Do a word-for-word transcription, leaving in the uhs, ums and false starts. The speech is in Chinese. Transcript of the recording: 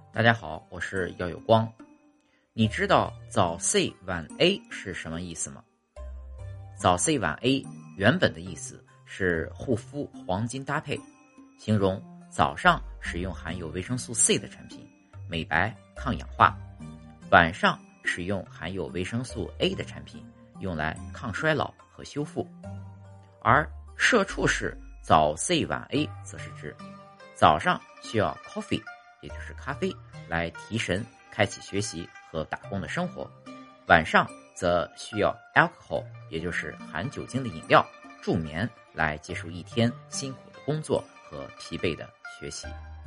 大家好，我是耀有光。你知道早 C 晚 A 是什么意思吗？早 C 晚 A 原本的意思是护肤黄金搭配，形容早上使用含有维生素 C 的产品，美白抗氧化；晚上使用含有维生素 A 的产品，用来抗衰老和修复。而社畜式早 C 晚 A 则是指早上需要 coffee， 也就是咖啡来提神，开启学习和打工的生活，晚上则需要 alcohol， 也就是含酒精的饮料助眠，来结束一天辛苦的工作和疲惫的学习。